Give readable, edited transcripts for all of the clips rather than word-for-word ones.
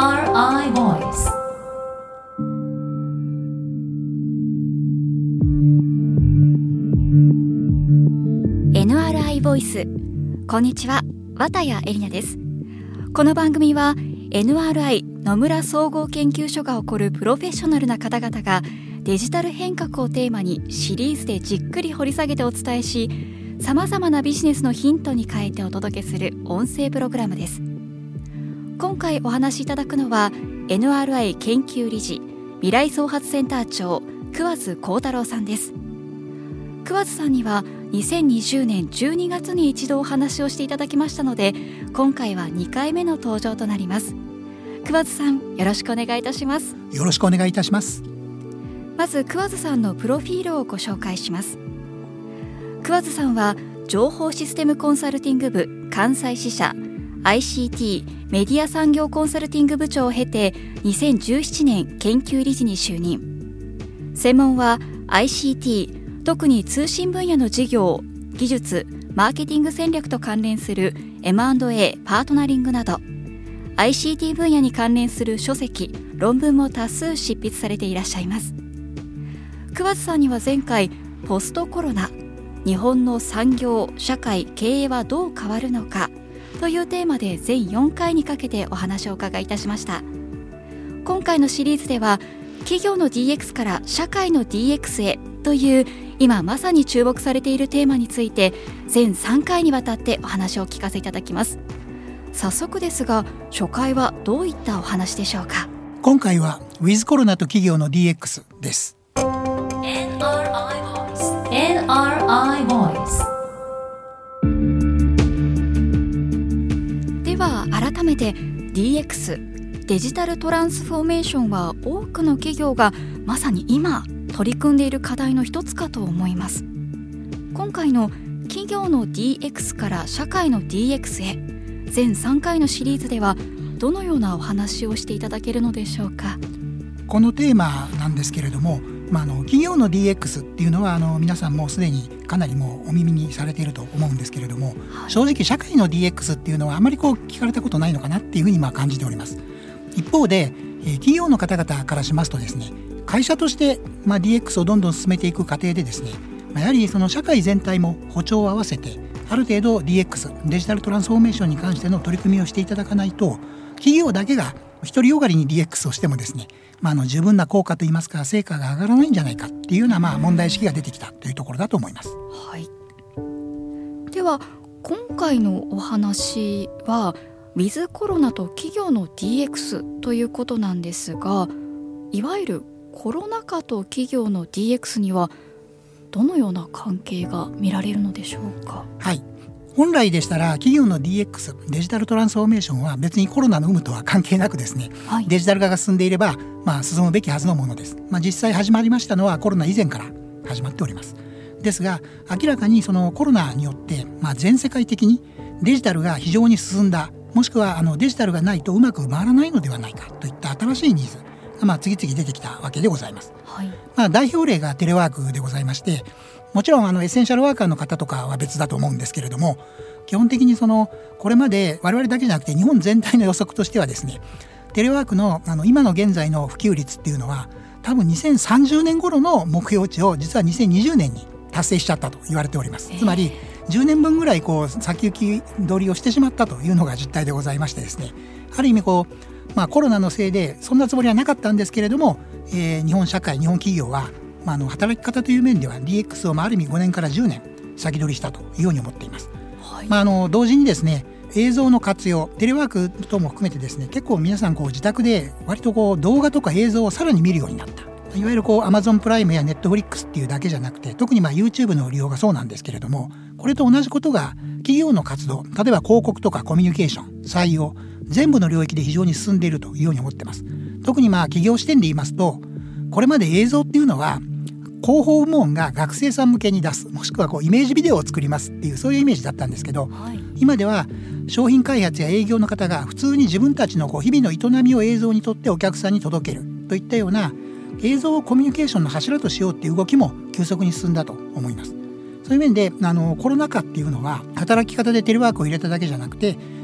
NRI Voice。 NRI ボイス。こんにちは、綿谷エリナです。この番組は NRI 野村総合研究所が誇るプロフェッショナルな方々がデジタル変革をテーマにシリーズでじっくり掘り下げてお伝えし、さまざまなビジネスのヒントに変えてお届けする音声プログラムです。今回お話しいただくのは NRI 研究理事未来創発センター長桑津幸太郎さんです。桑津さんには2020年12月に一度お話をしていただきましたので、今回は2回目の登場となります。桑津さん、よろしくお願いいたします。 よろしくお願いいたします。 まず桑津さんのプロフィールをご紹介します。桑津さんは情報システムコンサルティング部関西支社 ICT メディア産業コンサルティング部長を経て2017年研究理事に就任。専門は ICT、特に通信分野の事業、技術、マーケティング戦略と関連する M&A パートナリングなど ICT 分野に関連する書籍、論文も多数執筆されていらっしゃいます。桑津さんには前回ポストコロナ、日本の産業、社会、経営はどう変わるのかというテーマで全4回にかけてお話をお伺いいたしました。今回のシリーズでは企業の DX から社会の DX へという今まさに注目されているテーマについて全3回にわたってお話をお聞かせいただきます。早速ですが、初回はどういったお話でしょうか。 今回はウィズコロナと企業の DX です。 NRI Voice。 では改めて DX、 デジタルトランスフォーメーションは多くの企業がまさに今取り組んでいる課題の一つかと思います。今回の企業の DX から社会の DX へ、全3回のシリーズではどのようなお話をしていただけるのでしょうか。 このテーマなんですけれども、企業の DX っていうのは皆さんもうすでにかなりもうお耳にされていると思うんですけれども、正直社会の DX っていうのはあまり聞かれたことないのかなっていうふうに感じております。一方で企業の方々からしますとですね、会社として、DX をどんどん進めていく過程でですね、やはりその社会全体も歩調を合わせてある程度 DX デジタルトランスフォーメーションに関しての取り組みをしていただかないと、企業だけが独りよがりに DX をしてもですね、十分な効果といいますか成果が上がらないんじゃないかっていうような問題意識が出てきたというところだと思います。 はい、では今回のお話はウィズコロナと企業の DX ということなんですが、いわゆるコロナ禍と企業の DX にはどのような関係が見られるのでしょうか。 はい、本来でしたら企業の DX デジタルトランスフォーメーションは別にコロナの有無とは関係なくですね、デジタル化が進んでいれば、進むべきはずのものです。実際始まりましたのはコロナ以前から始まっております。ですが明らかにそのコロナによって、全世界的にデジタルが非常に進んだ、もしくはデジタルがないとうまく回らないのではないかといった新しいニーズが次々出てきたわけでございます。 はい、 代表例がテレワークでございまして、もちろんエッセンシャルワーカーの方とかは別だと思うんですけれども、基本的にこれまで我々だけじゃなくて日本全体の予測としてはですね、テレワークの今の現在の普及率っていうのは多分2030年頃の目標値を実は2020年に達成しちゃったと言われております。つまり10年分ぐらい先行き取りをしてしまったというのが実態でございましてですね、ある意味コロナのせいでそんなつもりはなかったんですけれども、日本社会日本企業は、働き方という面では DX をある意味5年から10年先取りしたというように思っています。はい、同時にですね、映像の活用、テレワーク等も含めてですね、結構皆さん自宅で割と動画とか映像をさらに見るようになった。いわゆるAmazon プライムや Netflix っていうだけじゃなくて、特にYouTube の利用がそうなんですけれども、これと同じことが企業の活動、例えば広告とかコミュニケーション、採用、全部の領域で非常に進んでいるというように思っています。特に企業視点で言いますと、これまで映像っていうのは広報部門が学生さん向けに出す、もしくはイメージビデオを作りますっていう、そういうイメージだったんですけど、今では商品開発や営業の方が普通に自分たちの日々の営みを映像にとってお客さんに届けるといったような映像をコミュニケーションの柱としようっていう動きも急速に進んだと思います。そういう面でコロナ禍っていうのは働き方でテレワークを入れただけじゃなくて、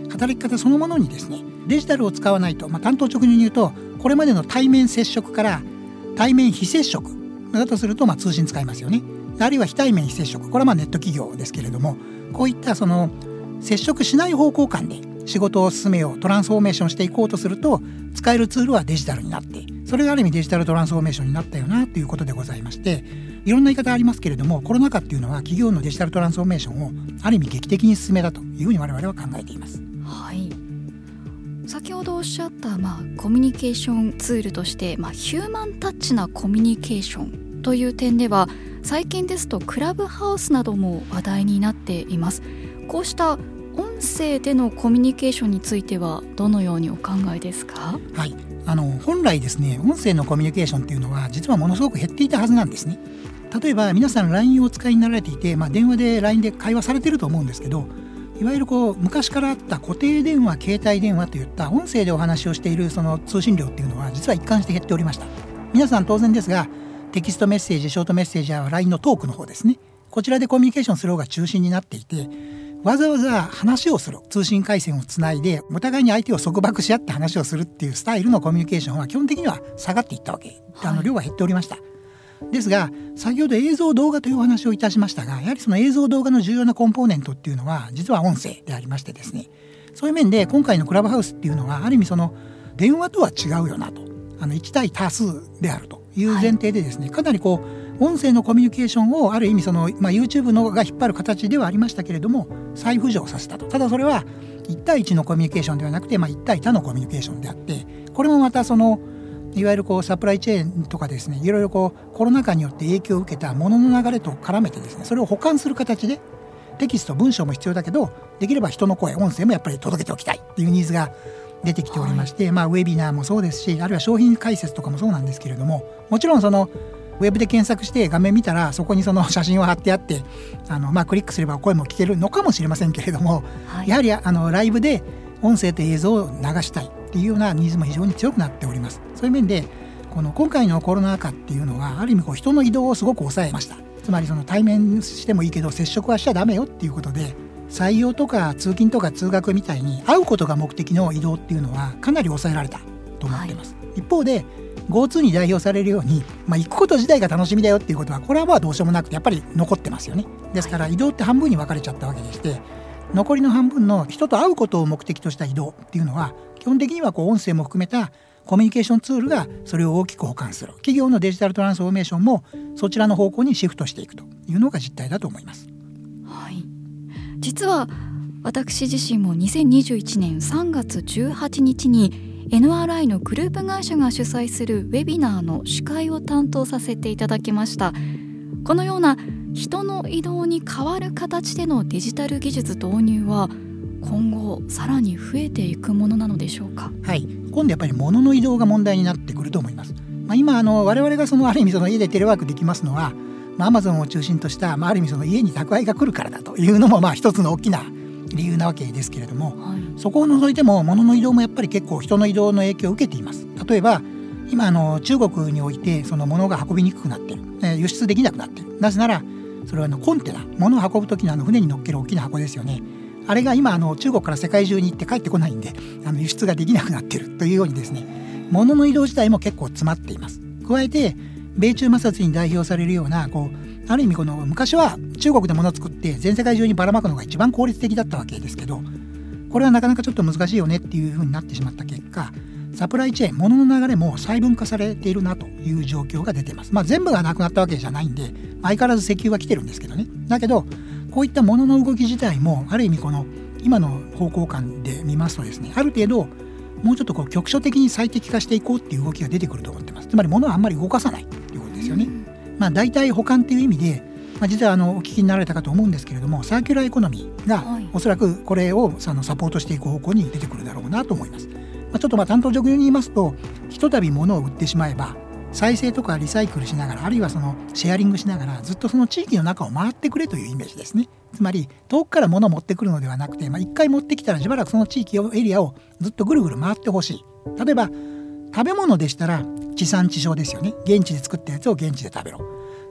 働き方そのものにですねデジタルを使わないと、単刀直入に言うとこれまでの対面接触から対面非接触だとすると通信使いますよね。あるいは非対面非接触、これはネット企業ですけれども、こういったその接触しない方向感で仕事を進めよう、トランスフォーメーションしていこうとすると使えるツールはデジタルになって、それがある意味デジタルトランスフォーメーションになったよなということでございまして、いろんな言い方ありますけれども、コロナ禍っていうのは企業のデジタルトランスフォーメーションをある意味劇的に進めたというふうに我々は考えています。 はい、先ほどおっしゃった、コミュニケーションツールとして、ヒューマンタッチなコミュニケーションという点では最近ですとクラブハウスなども話題になっています。こうした音声でのコミュニケーションについてはどのようにお考えですか？ はい、本来ですね、音声のコミュニケーションっていうのは実はものすごく減っていたはずなんですね。例えば皆さん LINE をお使いになられていて、電話で LINE で会話されてると思うんですけど、いわゆる昔からあった固定電話、携帯電話といった音声でお話をしているその通信量っていうのは実は一貫して減っておりました。皆さん当然ですがテキストメッセージ、ショートメッセージや LINE のトークの方ですね、こちらでコミュニケーションする方が中心になっていて、わざわざ話をする、通信回線をつないでお互いに相手を束縛し合って話をするっていうスタイルのコミュニケーションは基本的には下がっていったわけ、量は減っておりました。ですが先ほど映像動画というお話をいたしましたが、やはりその映像動画の重要なコンポーネントっていうのは実は音声でありましてですね、そういう面で今回のクラブハウスっていうのはある意味その電話とは違うよなと、1対多数であるという前提でですね、かなり音声のコミュニケーションをある意味その、YouTube のが引っ張る形ではありましたけれども再浮上させたと。ただそれは1対1のコミュニケーションではなくて、1対多のコミュニケーションであって、これもまたそのいわゆるサプライチェーンとかですね、いろいろコロナ禍によって影響を受けたものの流れと絡めてですね、それを補完する形でテキスト文章も必要だけど、できれば人の声、音声もやっぱり届けておきたいっていうニーズが出てきておりまして、ウェビナーもそうですし、あるいは商品解説とかもそうなんですけれども、もちろんそのウェブで検索して画面見たらそこにその写真を貼ってあってクリックすれば声も聞けるのかもしれませんけれども、やはりライブで音声と映像を流したいっていうようなニーズも非常に強くなっております。そういう面で今回のコロナ禍っていうのはある意味人の移動をすごく抑えました。つまりその対面してもいいけど接触はしちゃダメよっていうことで、採用とか通勤とか通学みたいに会うことが目的の移動っていうのはかなり抑えられたと思っています。一方で GoTo に代表されるように、行くこと自体が楽しみだよっていうことはこれはどうしようもなくてやっぱり残ってますよね。ですから移動って半分に分かれちゃったわけでして、残りの半分の人と会うことを目的とした移動っていうのは基本的には音声も含めたコミュニケーションツールがそれを大きく補完する。企業のデジタルトランスフォーメーションもそちらの方向にシフトしていくというのが実態だと思います。 はい、実は私自身も2021年3月18日にNRI のグループ会社が主催するウェビナーの司会を担当させていただきました。このような人の移動に代わる形でのデジタル技術導入は今後さらに増えていくものなのでしょうか？ はい、今度やっぱり物の移動が問題になってくると思います。今我々がある意味家でテレワークできますのは、Amazon を中心としたある意味家に宅配が来るからだというのも一つの大きな理由なわけですけれども、そこを除いても物の移動もやっぱり結構人の移動の影響を受けています。例えば今中国において物が運びにくくなっている、輸出できなくなっている。なぜならそれはコンテナ、物を運ぶ時の船に乗っける大きな箱ですよね。あれが今中国から世界中に行って帰ってこないんで輸出ができなくなっているというようにですね、物の移動自体も結構詰まっています。加えて米中摩擦に代表されるようなある意味昔は中国で物を作って全世界中にばらまくのが一番効率的だったわけですけど、これはなかなかちょっと難しいよねっていう風になってしまった結果、サプライチェーン、物の流れも細分化されているなという状況が出ています。全部がなくなったわけじゃないんで、相変わらず石油は来てるんですけどね。だけどこういった物の動き自体もある意味今の方向感で見ますとですね、ある程度もうちょっと局所的に最適化していこうっていう動きが出てくると思ってます。つまり物はあんまり動かさないということですよね。代替補完っていう意味で、実はお聞きになられたかと思うんですけれども、サーキュラーエコノミーがおそらくこれをサポートしていく方向に出てくるだろうなと思います。ちょっと担当直入に言いますと、ひとたび物を売ってしまえば再生とかリサイクルしながら、あるいはシェアリングしながらずっとその地域の中を回ってくれというイメージですね。つまり遠くから物を持ってくるのではなくて、一回持ってきたらしばらくその地域エリアをずっとぐるぐる回ってほしい。例えば食べ物でしたら地産地消ですよね。現地で作ったやつを現地で食べろ。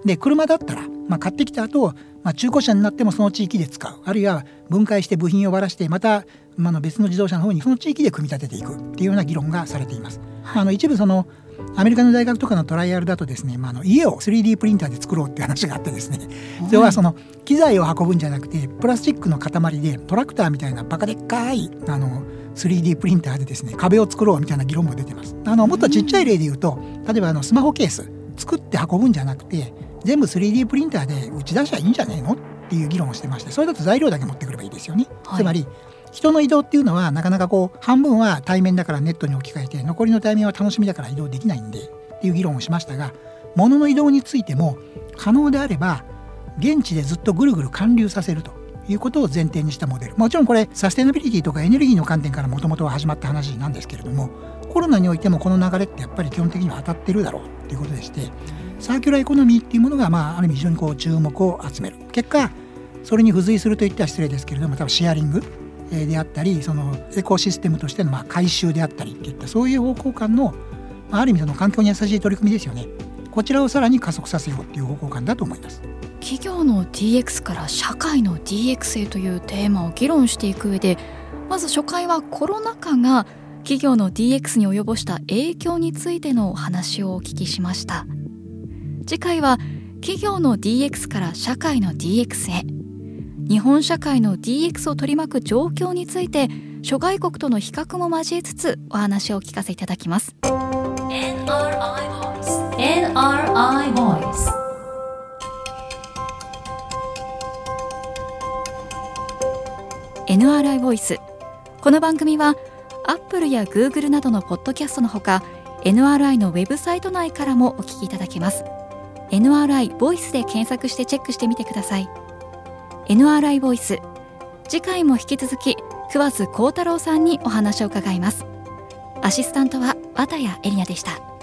で車だったら、買ってきた後、中古車になってもその地域で使う、あるいは分解して部品をばらしてまた、別の自動車の方にその地域で組み立てていくっていうような議論がされています。一部そのアメリカの大学とかのトライアルだとですね、家を 3D プリンターで作ろうっていう話があってですね、それはその機材を運ぶんじゃなくてプラスチックの塊でトラクターみたいなバカでっかい3D プリンターでですね壁を作ろうみたいな議論も出てます。もっとちっちゃい例で言うと、例えばスマホケース作って運ぶんじゃなくて全部 3D プリンターで打ち出しゃいいんじゃねえのっていう議論をしてまして、それだと材料だけ持ってくればいいですよね。つまり人の移動っていうのはなかなか半分は対面だからネットに置き換えて残りの対面は楽しみだから移動できないんでっていう議論をしましたが、物の移動についても可能であれば現地でずっとぐるぐる還流させるということを前提にしたモデル、もちろんこれサステナビリティとかエネルギーの観点からもともとは始まった話なんですけれども、コロナにおいてもこの流れってやっぱり基本的には当たってるだろうということでして、サーキュラーエコノミーっていうものがある意味非常に注目を集める結果、それに付随するといったら失礼ですけれども、多分シェアリングであったりそのエコシステムとしての回収であったりっていったそういう方向感のある意味その環境に優しい取り組みですよね。こちらをさらに加速させようっていう方向感だと思います。 企業の DX から社会の DX へというテーマを議論していく上で、まず初回はコロナ禍が企業の DX に及ぼした影響についてのお話をお聞きしました。次回は企業の DX から社会の DX へ、日本社会の DX を取り巻く状況について諸外国との比較も交えつつお話をお聞かせいただきます。 NRI Voice NRI ボイス。この番組は Apple や Google などのポッドキャストのほか NRI のウェブサイト内からもお聞きいただけます。 NRI ボイスで検索してチェックしてみてください。 NRI ボイス、次回も引き続き桑津光太郎さんにお話を伺います。アシスタントは綿谷エリナでした。